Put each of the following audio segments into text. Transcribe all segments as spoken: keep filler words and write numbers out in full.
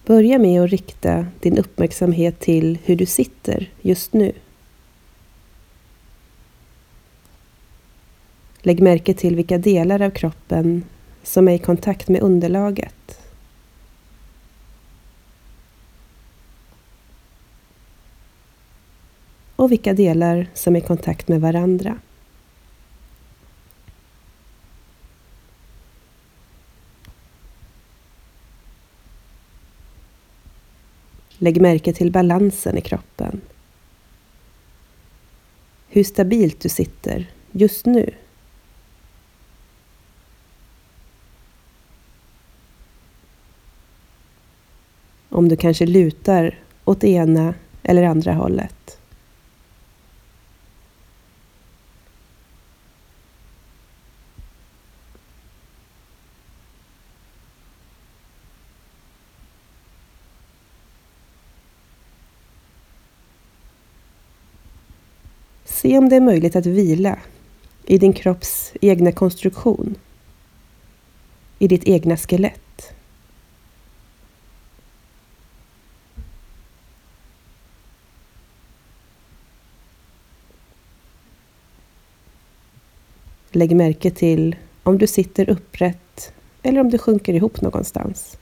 Börja med att rikta din uppmärksamhet till hur du sitter just nu. Lägg märke till vilka delar av kroppen som är i kontakt med underlaget. Och vilka delar som är i kontakt med varandra. Lägg märke till balansen i kroppen. Hur stabilt du sitter just nu. Om du kanske lutar åt ena eller andra hållet. Se om det är möjligt att vila i din kropps egna konstruktion, i ditt egna skelett. Lägg märke till om du sitter upprätt eller om du sjunker ihop någonstans.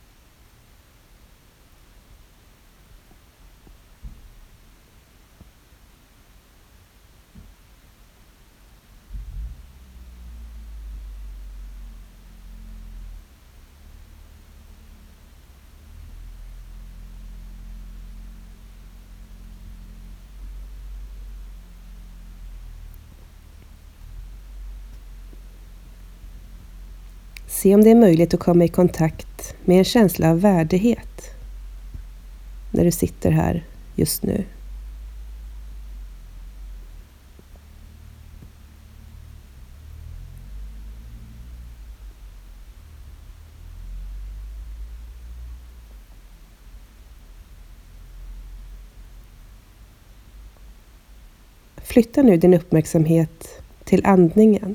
Se om det är möjligt att komma i kontakt med en känsla av värdighet när du sitter här just nu. Flytta nu din uppmärksamhet till andningen.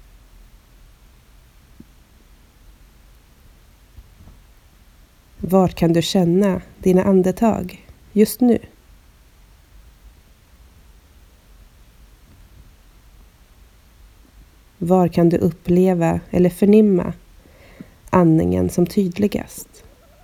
Var kan du känna dina andetag just nu? Var kan du uppleva eller förnimma andningen som tydligast?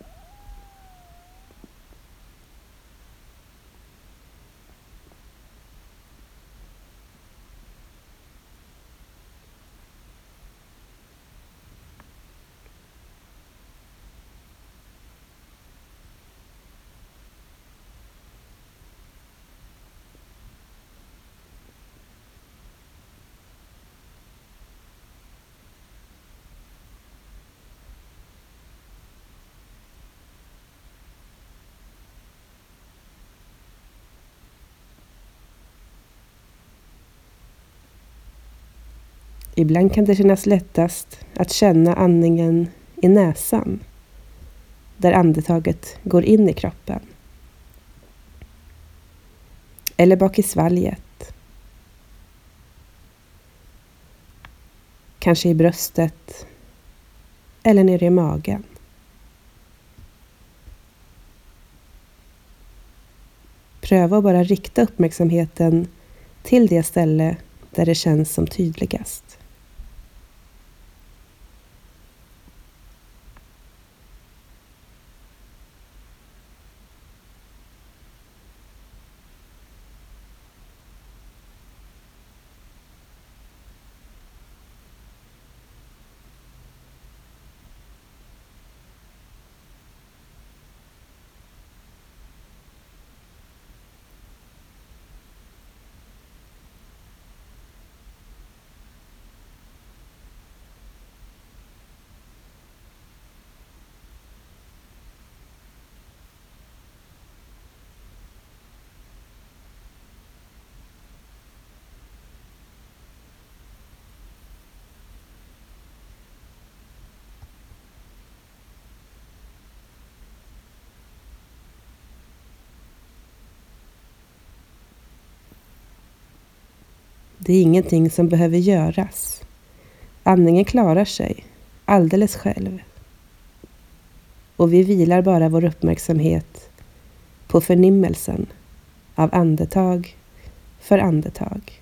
Ibland kan det kännas lättast att känna andningen i näsan, där andetaget går in i kroppen. Eller bak i svalget. Kanske i bröstet eller nere i magen. Pröva att bara rikta uppmärksamheten till det ställe där det känns som tydligast. Det är ingenting som behöver göras. Andningen klarar sig alldeles själv. och vi vilar bara vår uppmärksamhet på förnimmelsen av andetag för andetag.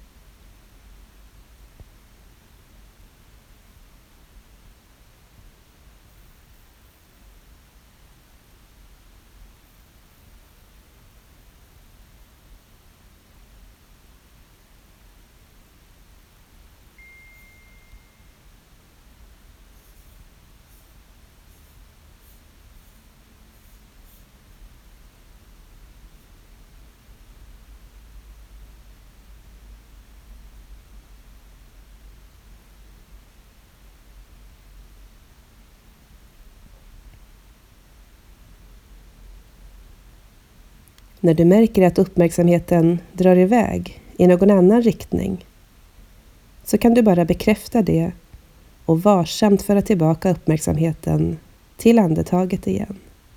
När du märker att uppmärksamheten drar iväg i någon annan riktning så kan du bara bekräfta det och varsamt föra tillbaka uppmärksamheten till andetaget igen.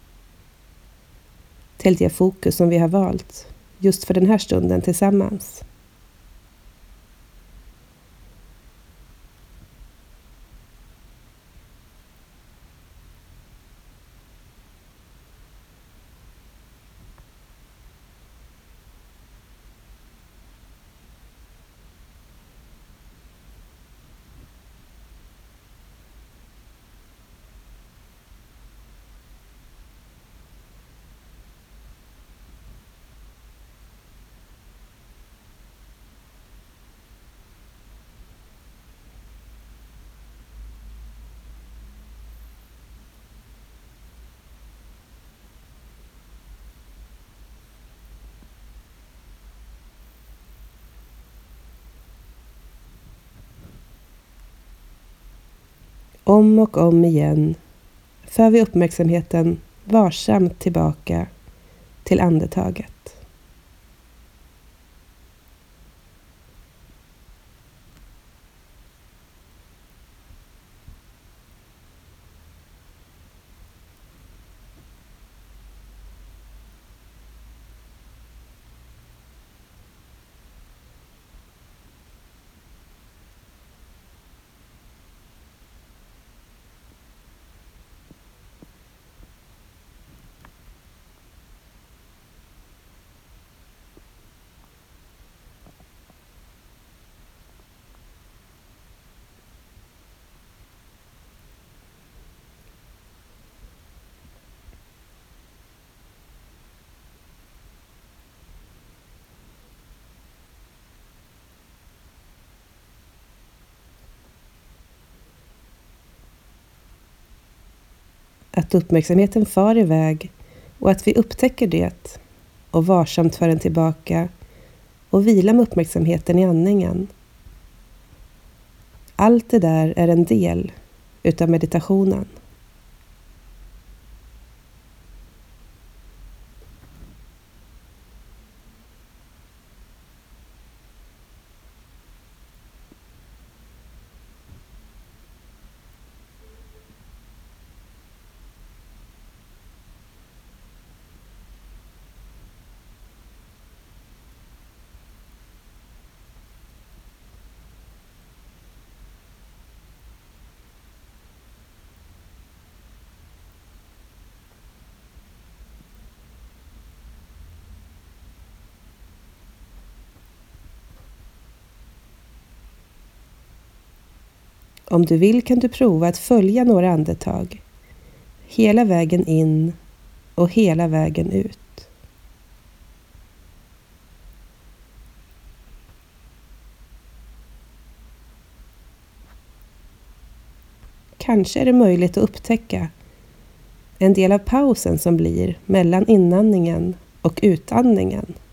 Till det fokus som vi har valt just för den här stunden tillsammans. Om och om igen för vi uppmärksamheten varsamt tillbaka till andetaget. Att uppmärksamheten far iväg och att vi upptäcker det och varsamt för den tillbaka och vila med uppmärksamheten i andningen. Allt det där är en del utav meditationen. Om du vill kan du prova att följa några andetag, hela vägen in och hela vägen ut. Kanske är det möjligt att upptäcka en del av pausen som blir mellan inandningen och utandningen.